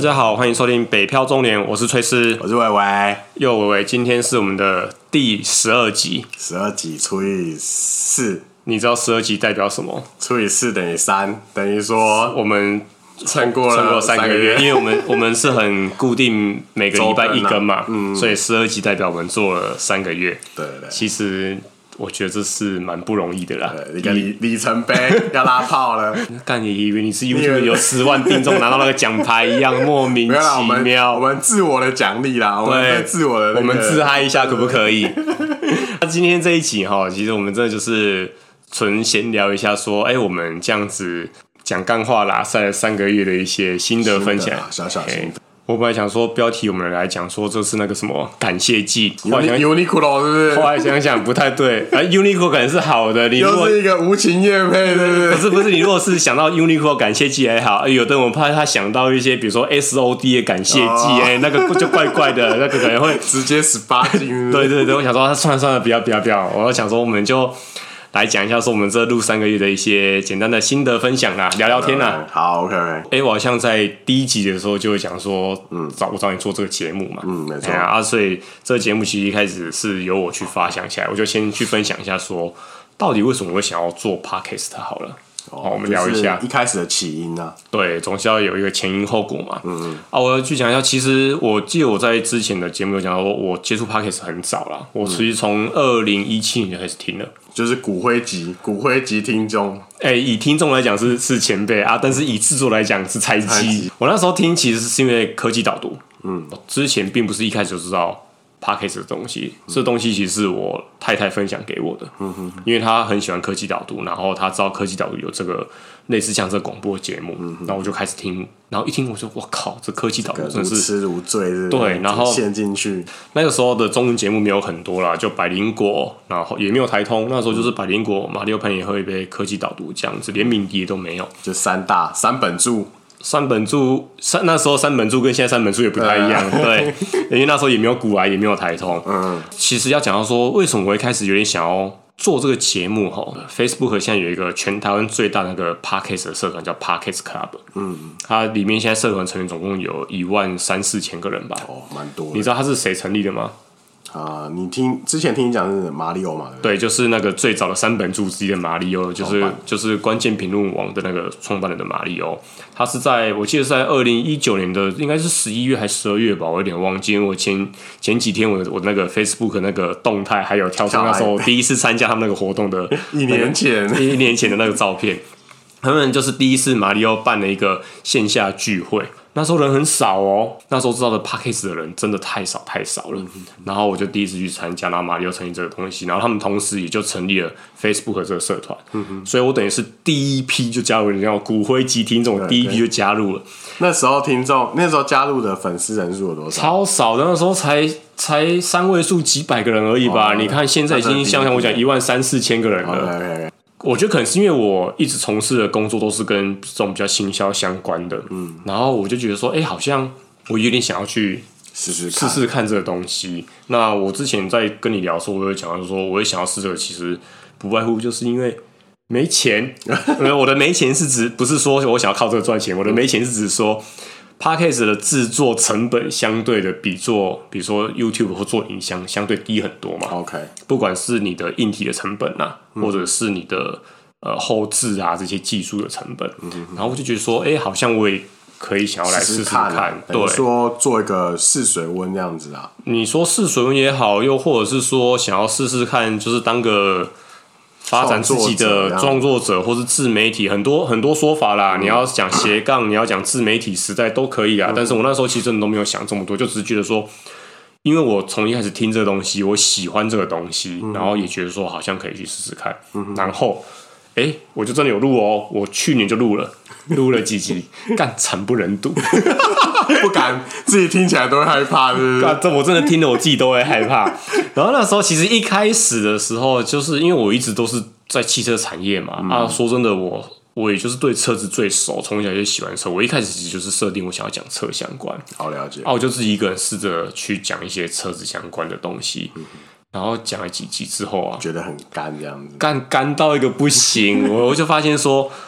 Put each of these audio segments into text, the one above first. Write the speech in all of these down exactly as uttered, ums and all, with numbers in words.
家好，欢迎收听北漂中年，我是崔斯， 我是伟伟， 又伟伟，今天是我们的第十二集， 十二集除以四， 你知道十二集代表什么？ 除以四等于三，等于说我们撑过了撑过三个月，因为我们我们是很固定每个礼拜一更嘛， 啊嗯、 所以十二集代表我们做了三个月。 对对对， 其实我觉得这是蛮不容易的啦。 一个里里程碑要拉炮了， 干你以为你是 YouTube 有十万订众拿到那个奖牌一样，莫名其妙。 我们自我的奖励啦，我们对自我的、那個， 我们自嗨一下可不可以？那今天这一集哈，其实我们真的就是纯闲聊一下，说，哎、欸，我们这样子讲干话拉塞了三个月的一些心得分享， 小小心得。 我本来想说标题我们来讲说这是那个什么感谢季 ，Uniqlo 是不是？ 后来想想不太对，啊 ，Uniqlo 可能是好的，你如果又是一个无情业配，对不对？ 不是不是，你如果是想到 Uniqlo 感谢季还好，有的我怕他想到一些比如说 S O D 的感谢季，哎、哦欸，那个就怪怪的，那个可能会直接十八禁。 对对对，我想说他算了算了，不要不要不要，我想说我们就来讲一下，说我们这录三个月的一些简单的心得分享啦，聊聊天啦。 好 ，OK。哎、 欸，我好像在第一集的时候就会讲说，嗯，找我找你做这个节目嘛， 嗯，没错、 欸、啊，所以这个节目其实一开始是由我去发想起来，我就先去分享一下说，到底为什么我会想要做 Podcast 好了。哦，我们聊一下、 就是、一开始的起因啊。 对，总是要有一个前因后果嘛。嗯嗯。啊，我要去讲一下，其实我记得我在之前的节目有讲到，我接触 Podcast 很早啦，我其实从二零一七年就开始听了。 就是骨灰级，骨灰级听众。 哎、欸，以听众来讲是是前辈啊，但是以制作来讲是菜鸡。我那时候听其实是因为科技导读，嗯，之前并不是一开始就知道 Podcast 的东西，嗯、这东西其实是我太太分享给我的，嗯哼，因为她很喜欢科技导读，然后她知道科技导读有这个类似像这个广播节目，嗯，然后我就开始听，然后一听我说我靠，这科技导读真的是如痴如醉是不是， 对，然后陷进去。 那个时候的中文节目没有很多啦，就百灵果，然后也没有台通，那时候就是百灵果、马里奥潘也喝一杯科技导读这样子，连敏迪也都没有， 就三大三本柱。 三本柱，三那时候三本柱跟现在三本柱也不太一样，对，因为那时候也没有股癌，也没有台通。嗯，其实要讲到说，为什么我会开始有点想要做这个节目哈 ？Facebook 现在有一个全台湾最大的那个 Podcast 的社团叫 Podcast Club， 嗯，它里面现在社团成员总共有一万三四千个人吧， 哦，蛮多的。 你知道它是谁成立的吗？ 啊、呃，你听之前听你讲是马里奥嘛？ 对，就是那个最早的三本柱之一的马里奥，就是就是关键评论网的那个创办人的马里奥。他是在我记得是在二零一九年的应该是十一月还是十二月吧，我有点忘记。因为我前前几天我我那个 Facebook 那个动态还有跳出那时候我第一次参加他们那个活动的、那個、 一年前一年前的那个照片。他们就是第一次马里奥办了一个线下聚会。那时候人很少哦，那时候知道的 Podcast 的人真的太少太少了。嗯、然后我就第一次去参加，然后马里奥成立这个东西，然后他们同时也就成立了 Facebook 这个社团。嗯、所以我等于是第一批就加入，你知道骨灰级听众第一批就加入了。 那时候听众那时候加入的粉丝人数有多少？ 超少的，那时候才才三位数几百个人而已吧。哦、你看现在已经像像我讲一万三四千个人了。 Okay, okay, okay. 我觉得可能是因为我一直从事的工作都是跟这种比较行销相关的，嗯，然后我就觉得说，哎、欸，好像我有点想要去试试试试看这个东西。那我之前在跟你聊的时候，我有讲到说，我也想要试这个，其实不外乎就是因为没钱。我的没钱是指不是说我想要靠这个赚钱，我的没钱是指说。Podcast 的制作成本相对的比做，比如说 YouTube 或做影像相对低很多嘛。 OK， 不管是你的硬体的成本啊，嗯、或者是你的呃后置啊这些技术的成本，嗯、然后我就觉得说，哎、欸，好像我也可以想要来试试看， 试试看对，说做一个试水温这样子啊。 你说试水温也好，又或者是说想要试试看，就是当个。发展自己的创作者或是自媒体，很多很多说法啦。嗯、你要讲斜杠，你要讲自媒体时代都可以啦。嗯、但是我那时候其实真的都没有想这么多，就只是觉得说，因为我从一开始听这个东西，我喜欢这个东西，嗯、然后也觉得说好像可以去试试看。嗯、然后，哎、欸，我就真的有录哦，我去年就录了，录了几集，干惨不忍睹， 不敢自己听起来都会害怕，是不是？ 干这我真的听了我自己都会害怕。然后那时候其实一开始的时候，就是因为我一直都是在汽车产业嘛，嗯、啊，说真的我。我也就是对车子最熟，从小就喜欢车。我一开始其实就是设定我想要讲车相关， 好了解。 啊，我就自己一个人试着去讲一些车子相关的东西，嗯、然后讲了几集之后啊， 觉得很干这样子， 干干到一个不行，我我就发现说，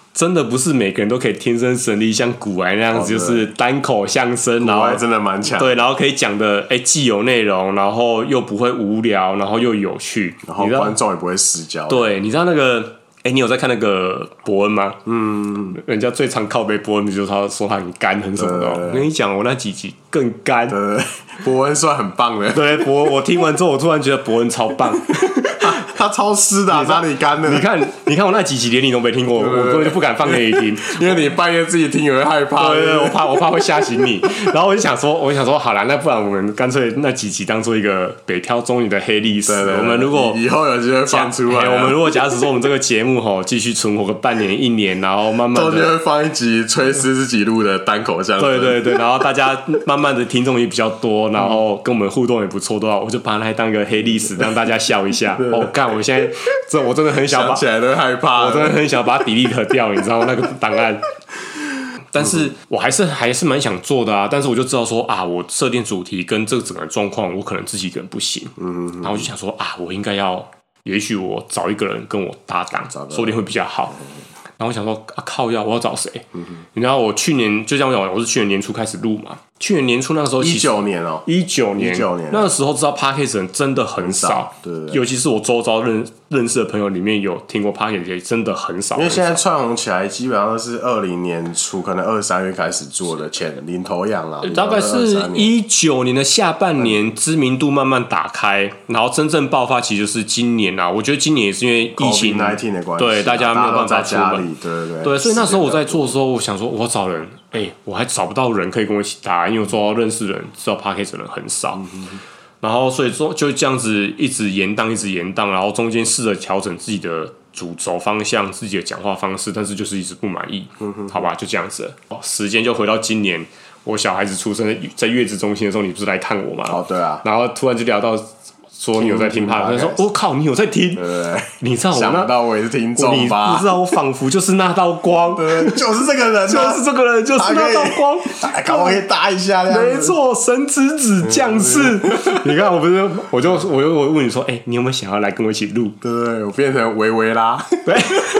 真的不是每个人都可以天生神力，像古埃那样子，就是单口相声，然后真的蛮强， 对，然后可以讲的哎，既有内容，然后又不会无聊，然后又有趣， 然后观众也不会失焦。 对，你知道那个。哎，你有在看那个伯恩吗？嗯，人家最常靠背伯恩的就是他说他很干很什么的、哦。我跟你讲，我那几集更干。 对，伯恩算很棒的。 对，伯恩，我听完之后，我突然觉得伯恩超棒。 他, 他超湿的、啊，哪里干的？ 你看，你看我那几集连你都没听过，我根本就不敢放给你听， 因为你半夜自己听也会害怕。 对对，我怕我怕会吓醒你。然后我就想说，我就想说，好啦，那不然我们干脆那几集当做一个北漂中女的黑历史。 对对对， 我们如果以后有机会放出来， 我们如果假使说我们这个节目吼继续存活个半年一年，然后慢慢的中间会放一集崔斯自己录的单口相声。 对对对，然后大家慢慢的听众也比较多，然后跟我们互动也不错的话，我就把它来当一个黑历史，让大家笑一下。哦，干，我现在这我真的很想把想起来都害怕， 我真的很想把它 delete 掉，你知道吗？那个档案。但是我还是还是蛮想做的啊，但是我就知道说啊，我设定主题跟这个整个状况，我可能自己一个人不行。嗯，然后我就想说啊，我应该要，也许我找一个人跟我搭档，说不定会比较好。然后我想说啊，靠腰，我要找谁？嗯、你知道我去年就这样讲，我是去年年初开始录嘛。去年年初那个时候， 一九年哦， 一九年， 一九年那个时候知道 Podcast 人真的很少， 很少对对对， 尤其是我周遭认认识的朋友里面有听过 Podcast 也真的很少。 因为现在窜红起来，基本上都是二零年初，可能二三月开始做的，前领头羊啦， 大概是一九年的下半年，知名度慢慢打开，然后真正爆发其实就是今年啊。我觉得今年也是因为疫情 COVID 十九 的关系， 对大家没有办法出门， 对对对， 对，所以那时候我在做的时候，我想说我要找人。哎、欸，我还找不到人可以跟我一起搭，因为我周遭认识人知道 Podcast 的人很少，嗯、然后所以说就这样子一直延宕，一直延宕，然后中间试着调整自己的主轴方向、自己的讲话方式，但是就是一直不满意，嗯、好吧，就这样子了。时间就回到今年，我小孩子出生在月子中心的时候，你不是来看我吗？ 哦，对啊， 然后突然就聊到。说你有在听 Podcast， 他说我、哦、靠，你有在听？ 对对对， 你知道我那想到我也是听众吧？ 你不知道我仿佛就是那道光， 对，就是这个人、啊， 就是这个人，就是那道光。 看我可以搭一下， 没错，神之子降世。你看，我不是，我就我就我问你说，哎、欸，你有没有想要来跟我一起录？ 对对对，我变成维维拉， 对，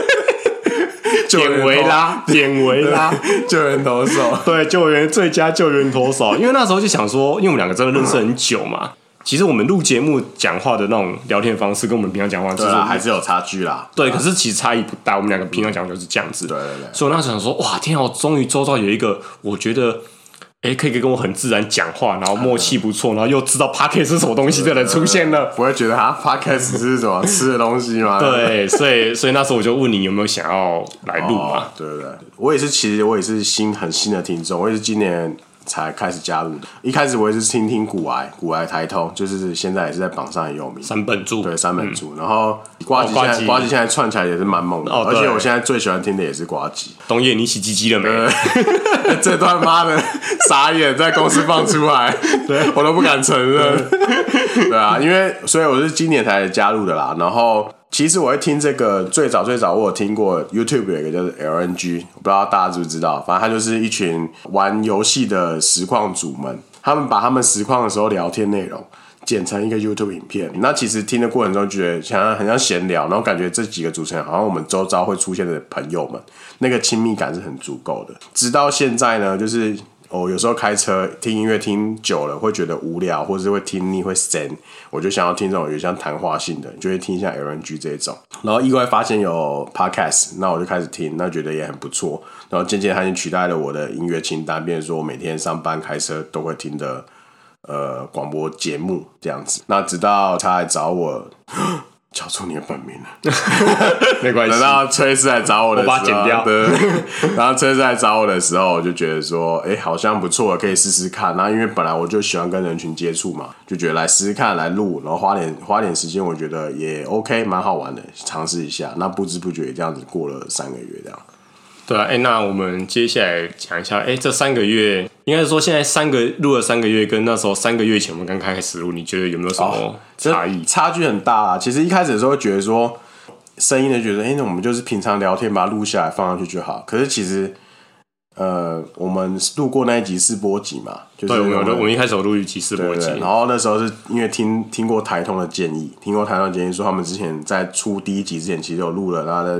点维拉，点维拉， 救援投手， 对，救援最佳救援投手。因为那时候就想说，因为我们两个真的认识很久嘛。其实我们录节目讲话的那种聊天方式，跟我们平常讲话， 对啦，还是有差距啦。 对，可是其实差异不大。我们两个平常讲就是这样子。 对对对。 所以我那时候想说，哇，天啊！我终于周遭有一个，我觉得，哎，可以跟我很自然讲话，然后默契不错，然后又知道 Podcast 是什么东西的人出现了。 不会觉得他 Podcast 是什么吃的东西吗？ 对，所以所以那时候我就问你有没有想要来录嘛？ 哦、对对对，我也是，其实我也是新很新的听众，我也是今年才开始加入的。一开始我也是听听股癌，股癌台通，就是现在也是在榜上很有名。 三本柱， 对，三本柱。嗯、然后呱吉现在，呱吉现在串起来也是蛮猛的。哦，而且我现在最喜欢听的也是呱吉。 东野，你洗鸡鸡了没？ 这段妈的傻眼，在公司放出来，对我都不敢承认。对啊，因为所以我是今年才加入的啦。然后其实我会听这个，最早最早我有听过 YouTube 有一个叫做 L N G， 我不知道大家知不知道，反正他就是一群玩游戏的实况主们，他们把他们实况的时候聊天内容剪成一个 YouTube 影片。那其实听的过程中觉得像很像闲聊，然后感觉这几个主持人好像我们周遭会出现的朋友们，那个亲密感是很足够的。直到现在呢，就是我、哦、有时候开车听音乐听久了会觉得无聊，或者是会听腻会闲，我就想要听这种有像谈话性的，就会听一下 L N G 这种。然后意外发现有 Podcast， 那我就开始听，那觉得也很不错。然后渐渐它已经取代了我的音乐清单，变成说我每天上班开车都会听的呃广播节目这样子。那直到他来找我。叫出你的本名了， 没关系。 等到崔斯来找我的时候， 我把它剪掉。 对，然后崔斯来找我的时候，我就觉得说，哎、欸，好像不错，可以试试看。然后因为本来我就喜欢跟人群接触嘛，就觉得来试试看，来录，然后花点花点时间，我觉得也 OK， 蛮好玩的，尝试一下。那不知不觉这样子过了三个月，这样。 对啊，哎、欸，那我们接下来讲一下，哎、欸，这三个月，应该说现在三个录了三个月，跟那时候三个月前我们刚开始录，你觉得有没有什么差异？ 哦、差距很大啊！其实一开始的时候会觉得说，声音的觉得，哎、欸，那我们就是平常聊天把它录下来放上去就好。可是其实，呃，我们录过那一集试播集嘛，就是对，我们我们一开始有录一集试播集， 然后那时候是因为听听过台通的建议，听过台通的建议说他们之前在出第一集之前，其实有录了他的。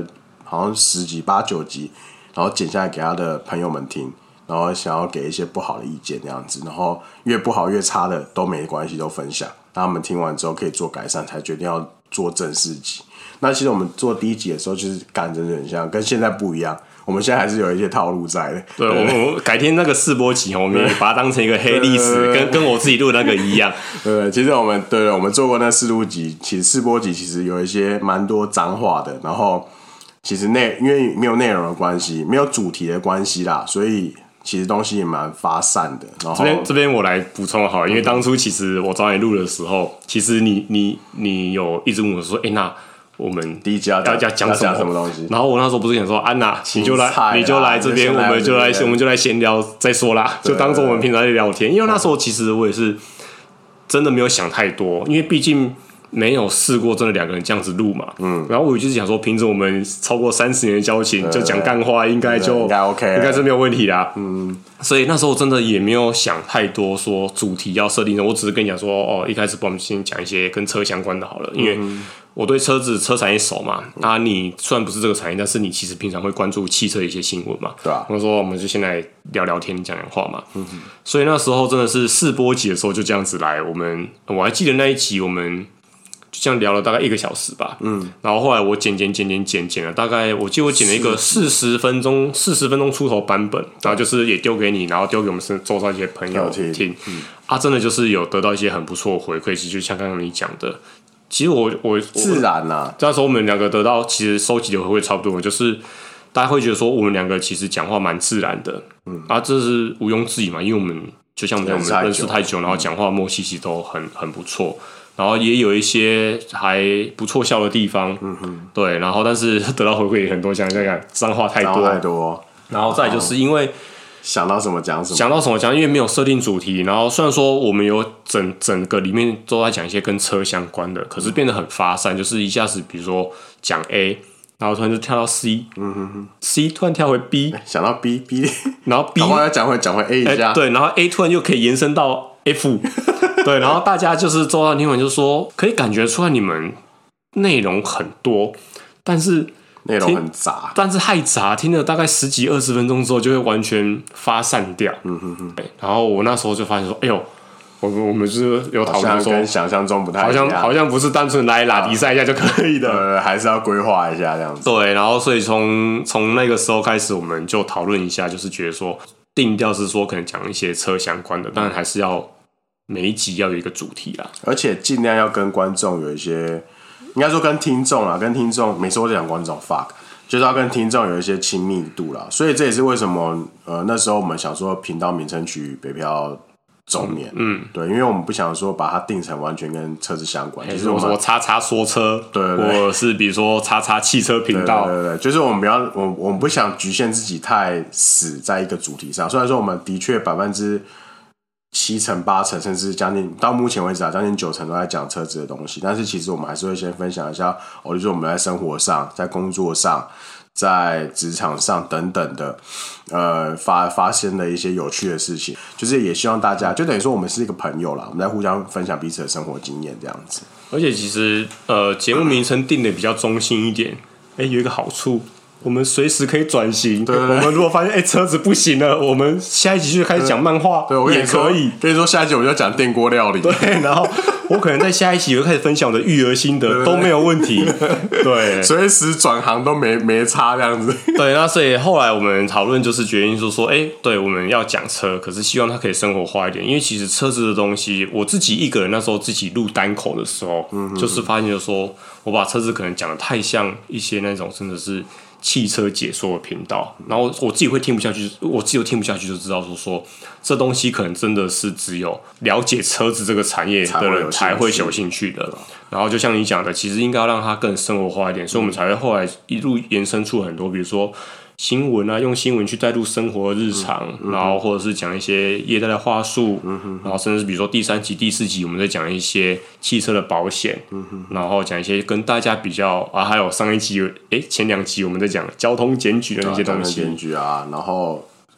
好像十集八九集，然后剪下来给他的朋友们听，然后想要给一些不好的意见这样子，然后越不好越差的都没关系，都分享，让他们听完之后可以做改善，才决定要做正式集。那其实我们做第一集的时候，就是感真的很像，跟现在不一样。我们现在还是有一些套路在的。 对，对我们改天那个试播集，我们也把它当成一个黑历史，跟跟我自己录的那个一样。 对，其实我们对我们做过那试录集，其实试播集其实有一些蛮多脏话的，然后其实内因为没有内容的关系，没有主题的关系啦，所以其实东西也蛮发散的。然后这边这边我来补充好了，因为当初其实我找你录的时候，其实你你你有一直问我说，哎、欸、那。我们第一集要要讲什么什么东西？ 然后我那时候不是想说，安娜，你就来，你就来这边，我们就来，我们就来闲聊再说啦，就当做我们平常在聊天。因为那时候其实我也是真的没有想太多，因为毕竟没有试过真的两个人这样子录嘛。嗯，然后我就是想说，凭着我们超过三十年的交情，就讲干话，应该就应该 OK， 应该是没有问题啦。嗯，所以那时候真的也没有想太多，说主题要设定的，我只是跟你讲说，哦，一开始帮我们先讲一些跟车相关的好了，因为。我对车子车产业熟嘛，啊，你虽然不是这个产业，但是你其实平常会关注汽车的一些新闻嘛， 对啊。 我说我们就先来聊聊天，讲讲话嘛。嗯哼。所以那时候真的是试播集的时候就这样子来，我们我还记得那一集我们就这样聊了大概一个小时吧。嗯。然后后来我剪剪剪剪剪剪了大概，我记得我剪了一个四十分钟四十分钟出头版本，然后就是也丢给你，然后丢给我们周遭一些朋友听。嗯。啊，真的就是有得到一些很不错的回馈，其实就像刚刚你讲的。其实我我自然啦、啊， 那时候我们两个得到其实收集的回馈差不多，就是大家会觉得说我们两个其实讲话蛮自然的，嗯，啊，这是毋庸置疑嘛，因为我们就像我们认识太久，然后讲话默契其实都很很不错，然后也有一些还不错笑的地方，嗯哼，对，然后但是得到回馈也很多，像这样脏话太多太多， 然后再来就是因为。 想到什么讲什么， 想到什么讲，因为没有设定主题。然后虽然说我们有整整个里面都在讲一些跟车相关的，可是变得很发散，就是一下子比如说讲 A， 然后突然就跳到 C， 嗯哼哼 ，C 突然跳回 B， 想到 B，B， 然后 B 要讲回讲回 A 一下、 欸，对，然后 A 突然又可以延伸到 F， 对，然后大家就是周到听完就说，可以感觉出来你们内容很多，但是。 内容很杂， 但是太杂，听了大概十几二十分钟之后，就会完全发散掉。嗯哼哼。然后我那时候就发现说，哎呦，我们我们是有讨论说， 跟想象中不太一样， 好像好像不是单纯来拉迪赛一下就可以的， 呃，还是要规划一下这样子。 对，然后所以从从那个时候开始，我们就讨论一下，就是觉得说，定调是说可能讲一些车相关的，当然还是要每一集要有一个主题啦， 而且尽量要跟观众有一些。应该说跟听众啦，跟听众每次我都讲观众 fuck， 就是要跟听众有一些亲密度啦，所以这也是为什么呃那时候我们想说频道名称取北漂中年，嗯，对，因为我们不想说把它定成完全跟车子相关，就是我说叉叉说车， 对对对， 或者是比如说叉叉汽车频道， 对对 对, 对，就是我们不要我我们不想局限自己太死在一个主题上，虽然说我们的确百分之。七成、八成，甚至将近到目前为止啊，将近九成都在讲车子的东西。但是其实我们还是会先分享一下，哦，就是我们在生活上、在工作上、在职场上等等的，呃，发发生的一些有趣的事情。就是也希望大家，就等于说我们是一个朋友啦，我们在互相分享彼此的生活经验这样子。 而且其实，呃，节目名称定的比较中性一点，哎、欸，有一个好处。我们随时可以转型。对对对，我们如果发现哎、欸、车子不行了，我们下一集就开始讲漫画， 对，我也可以。 跟你说，下一集我们就讲电锅料理。 对，然后我可能在下一集就开始分享我的育儿心得，都没有问题。对， 随时转行都没没差这样子。 对，那所以后来我们讨论就是决定说说，哎、欸，对，我们要讲车，可是希望它可以生活化一点，因为其实车子的东西，我自己一个人那时候自己录单口的时候，嗯、就是发现就说我把车子可能讲的太像一些那种真的是。汽车解说的频道，然后我自己会听不下去，我自己都听不下去，就知道说说这东西可能真的是只有了解车子这个产业的人才会有兴趣的。然后就像你讲的，其实应该要让它更生活化一点，所以我们才会后来一路延伸出很多，比如说新闻啊，用新闻去带入生活的日常，嗯、然后或者是讲一些业代的话术，嗯、然后甚至比如说第三集、第四集，我们在讲一些汽车的保险，嗯、然后讲一些跟大家比较啊，还有上一集，哎，前两集我们在讲交通检举的那些东西， 检举啊，然后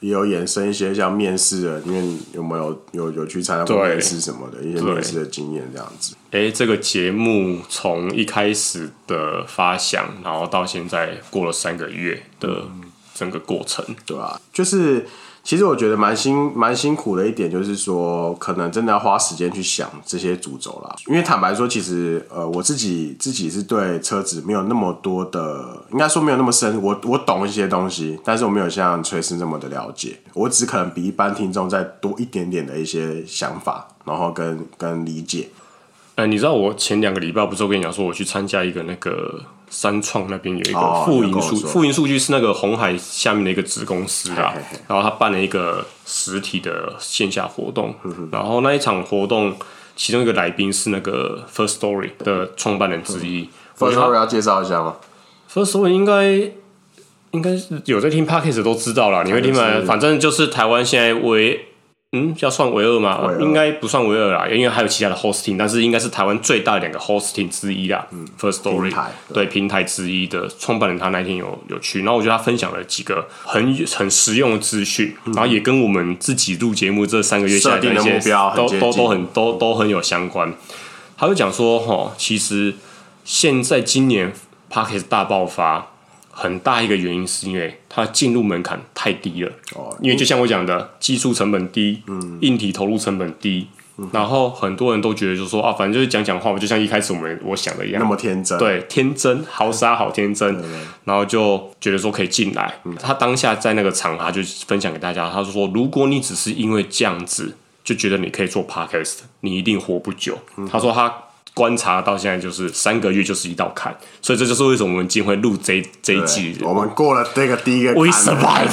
也有衍生一些像面试的，因为你有没有有有去参加过面试什么的一些面试的经验这样子。 哎，这个节目从一开始的发想，然后到现在过了三个月的整个过程， 嗯、对吧、啊？就是其实我觉得蛮辛蛮辛苦的一点，就是说可能真的要花时间去想这些主轴啦。因为坦白说，其实呃我自己自己是对车子没有那么多的，应该说没有那么深。我我懂一些东西，但是我没有像崔斯那么的了解。我只可能比一般听众再多一点点的一些想法，然后跟跟理解。 呃，你知道我前两个礼拜不是我跟你讲说，我去参加一个那个三创那边有一个富银数富银数据是那个鸿海下面的一个子公司啊，嘿嘿嘿然后他办了一个实体的线下活动，嗯、然后那一场活动其中一个来宾是那个 First Story 的创办人之一。 First Story 要介绍一下吗 ？First Story 应该应该是有在听 Podcast 都知道啦，你会听吗？反正就是台湾现在为嗯，要算唯二吗？应该不算唯二啦，因为还有其他的 hosting， 但是应该是台湾最大的两个 hosting 之一啦。嗯 ，First Story 平台 对, 对平台之一的创办人，他那天有有去，然后我觉得他分享了几个很很实用的资讯，嗯、然后也跟我们自己录节目这三个月下来的一些目标都都都很都都很有相关。他就讲说，哈，其实现在今年 Podcast 大爆发。很大一个原因是因为它进入门槛太低了，哦、因为就像我讲的，技术成本低，嗯、硬体投入成本低，嗯、然后很多人都觉得就说啊，反正就是讲讲话，就像一开始我们我想的一样， 那么天真， 对，天真，好傻，好天真，然后就觉得说可以进来。嗯、他当下在那个场合就分享给大家，他就说，如果你只是因为这样子就觉得你可以做 podcast， 你一定活不久。嗯、他说他。观察到现在就是三个月就是一道坎，所以这就是为什么我们今天会录这这一季。 我们过了这个第一个坎 ，We survive 。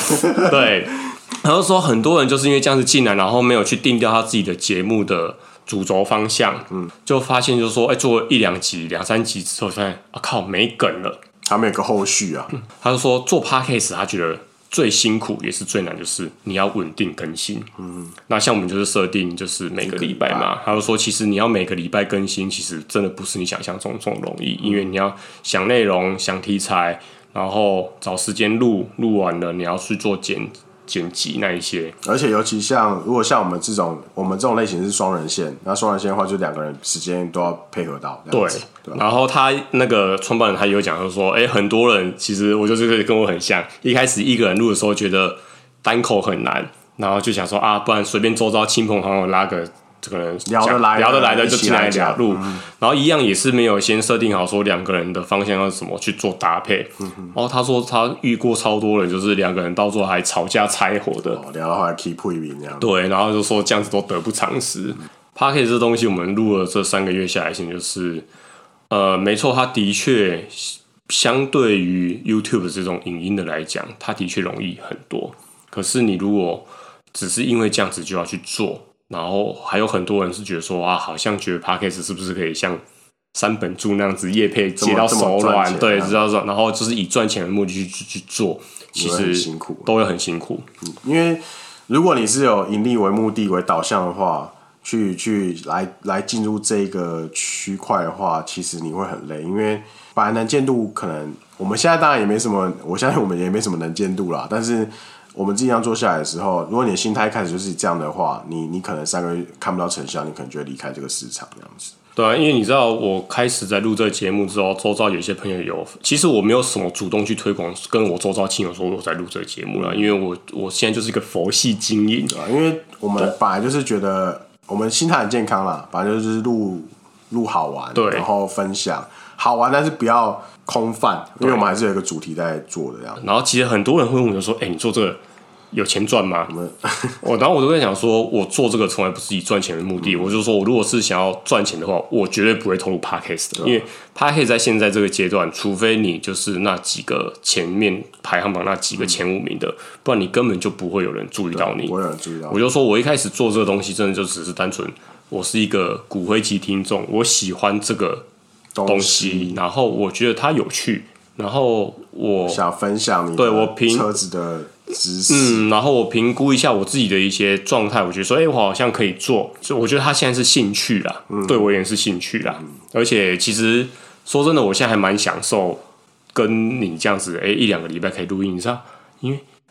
对，然后说很多人就是因为这样子进来，然后没有去定掉他自己的节目的主轴方向，嗯，就发现就是说，哎、欸，做了一两集、两三集之后，发现啊靠，没梗了， 他没有个后续啊。 嗯、他就说做 podcast， 他觉得。最辛苦也是最难，就是你要稳定更新。嗯，那像我们就是设定就是每个礼拜嘛，他就说其实你要每个礼拜更新，其实真的不是你想象中这么容易，因为你要想内容、想题材，然后找时间录，录完了你要去做剪剪辑那一些。 而且尤其像如果像我们这种，我们这种类型是双人线，那双人线的话，就两个人时间都要配合到。 对。对然后他那个创办人他也有讲，就是说，哎，很多人其实我就是跟我很像，一开始一个人录的时候觉得单口很难，然后就想说啊，不然随便周遭亲朋好友拉个这个人聊得来聊得来的就进来聊录，嗯、然后一样也是没有先设定好说两个人的方向要怎么去做搭配。嗯、然后他说他遇过超多人，就是两个人到最后还吵架拆伙的， 哦、聊到后来 keep 配名这样。 对，然后就说这样子都得不偿失。嗯、Podcast 这东西我们录了这三个月下来，现在就是。呃，没错，它的确相对于 YouTube 这种影音的来讲，它的确容易很多。可是你如果只是因为这样子就要去做，然后还有很多人是觉得说啊，好像觉得 Podcast 是不是可以像三本柱那样子业配接到手软，对，知道知道，然后就是以赚钱的目的去去去做，其实辛苦， 都会很辛苦。 嗯，因为如果你是有盈利为目的为导向的话。去去来来进入这个区块的话，其实你会很累，因为本来能见度可能我们现在当然也没什么，我相信我们也没什么能见度啦。但是我们尽量做下来的时候，如果你的心态开始就是这样的话，你你可能三个月看不到成效，你可能就会离开这个市场这样子。 对啊，因为你知道，我开始在录这个节目之后，周遭有一些朋友有，其实我没有什么主动去推广，跟我周遭亲友说我在录这个节目了，因为我我现在就是一个佛系经营， 对啊，因为我们本来就是觉得。我们心态很健康啦，反正就是录录好玩， 对， 然后分享好玩，但是不要空泛，因为我们还是有一个主题在做的这样。 然后其实很多人会问我说：“哎、欸，你做这个有钱赚吗？”我然后我都在想说，我做这个从来不是以赚钱为目的，嗯、我就说我如果是想要赚钱的话，我绝对不会投入 Podcast 的，因为 Podcast 在现在这个阶段，除非你就是那几个前面排行榜那几个前五名的，嗯、不然你根本就不会有人注意到你。 不会有人注意到你。 我就说我一开始做这个东西，真的就只是单纯，我是一个骨灰级听众，我喜欢这个东西，然后我觉得它有趣，然后我想分享你对我评车子的。 嗯，然后我评估一下我自己的一些状态，我觉得说，哎、欸，我好像可以做，所以我觉得他现在是兴趣啦，嗯、对我而言是兴趣啦。嗯、而且其实说真的，我现在还蛮享受跟你这样子，哎、欸，一两个礼拜可以录音，你知道，因为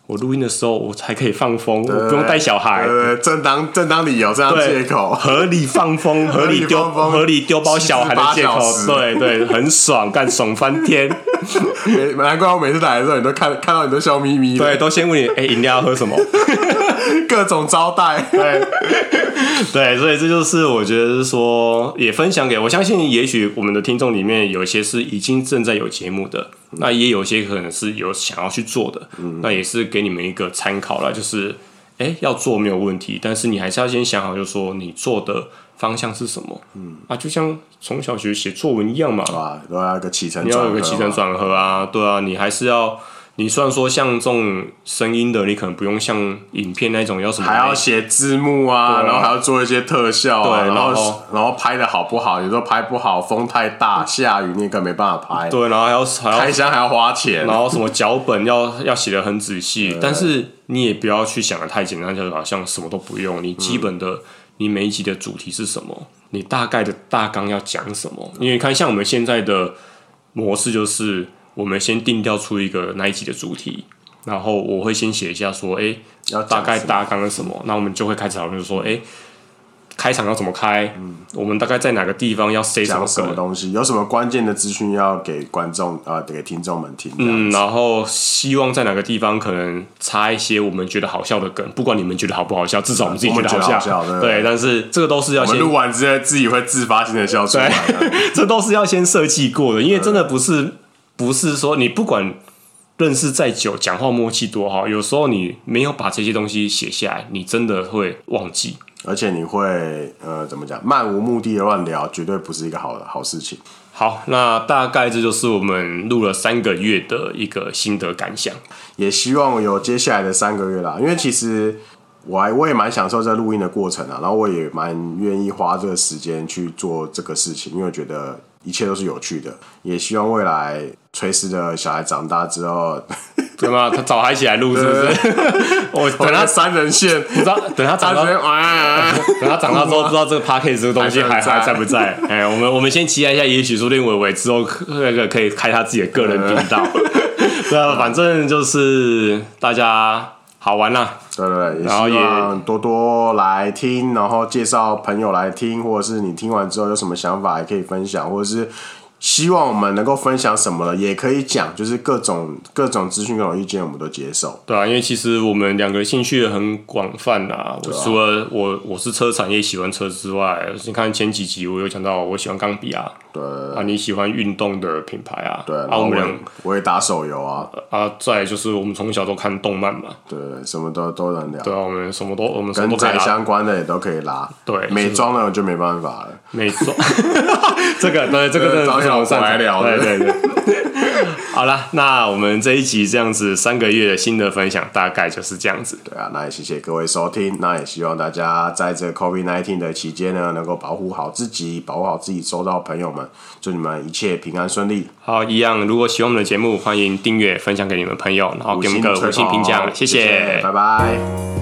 我录音的时候我才可以放风，我不用带小孩。 对，正当正当理由，正当借口， 合理放风，合理丢合理丢包小孩的借口，对对，很爽，干爽翻天。 难怪我每次来的时候，你都看看到你都笑眯眯的， 对，都先问你，哎、欸，饮料要喝什么？ 各种招待， 对对，所以这就是我觉得是说，也分享给我相信，也许我们的听众里面有一些是已经正在有节目的，嗯、那也有些可能是有想要去做的，嗯、那也是给你们一个参考啦，就是哎、欸，要做没有问题，但是你还是要先想好，就是说你做的方向是什么，嗯啊，就像从小学写作文一样嘛， 啊，都要有个起承， 你要有个起承转合啊，对啊，你还是要。你虽然说像这种声音的，你可能不用像影片那种要什么， 还要写字幕啊，啊然后还要做一些特效啊， 对， 然后然后拍的好不好，有时候拍不好，风太大，下雨你根本没办法拍， 对，然后还要还要开箱还要花钱， 然后什么脚本要要写的很仔细，但是你也不要去想的太简单，就好像什么都不用，你基本的、嗯、你每一集的主题是什么，你大概的大纲要讲什么，因为看像我们现在的模式就是。我们先定调出一个那一集的主题，然后我会先写一下说，哎、欸，大概大纲是什么？那我们就会开始讨论说，哎、欸，开场要怎么开？嗯，我们大概在哪个地方要 say 什么什么东西？有什么关键的资讯要给观众呃，给听众们听？ 嗯，然后希望在哪个地方可能插一些我们觉得好笑的梗，不管你们觉得好不好笑，至少我们自己觉得好笑。 好笑对, 对，但是这个都是要先录完之后自己会自发性的笑出来， 这都是要先设计过的，因为真的不是。不是说你不管认识再久，讲话默契多好，有时候你没有把这些东西写下来，你真的会忘记， 而且你会呃怎么讲，漫无目的的乱聊，绝对不是一个好的好事情。 好，那大概这就是我们录了三个月的一个心得感想， 也希望有接下来的三个月啦，因为其实我还我也蛮享受这录音的过程啊，然后我也蛮愿意花这个时间去做这个事情，因为我觉得一切都是有趣的，也希望未来垂死的小孩长大之后， 对吗？他早还起来录是不是？我等他三人线， 不知道等他长大，等他长大之后，不知道这个 podcast 这个东西还还在不在？哎，我们我们先期待一下，也许说不定伟伟之后那个可以开他自己的个人频道。对啊，反正就是大家好玩啦。 对对对，也希望多多来听，然后介绍朋友来听，或者是你听完之后有什么想法也可以分享，或者是希望我们能够分享什么了也可以讲，就是各种各种资讯、各种意见我们都接受。 对啊，因为其实我们两个兴趣很广泛啊。我除了我我是车产业喜欢车之外，你看前几集我有讲到我喜欢钢笔啊， 对啊，你喜欢运动的品牌啊， 对， 啊，我们俩我也打手游啊， 啊，再来就是我们从小都看动漫嘛， 对，什么都都能聊。 对啊，我们什么都我们什么跟都可以拉宅相关的也都可以拉。 对， 美妆的我就没办法了。 美妆，这个对这个真的不是我擅长聊的。 对对对。好啦，那我们这一集这样子三个月的新的分享大概就是这样子。 对啊，那也谢谢各位收听，那也希望大家在这 COVID 十九 的期间呢，能够保护好自己，保护好自己周遭的朋友们，祝你们一切平安顺利。 好，一样，如果喜欢我们的节目，欢迎订阅、分享给你们朋友，然后给我们个五星评价，谢谢， 拜拜。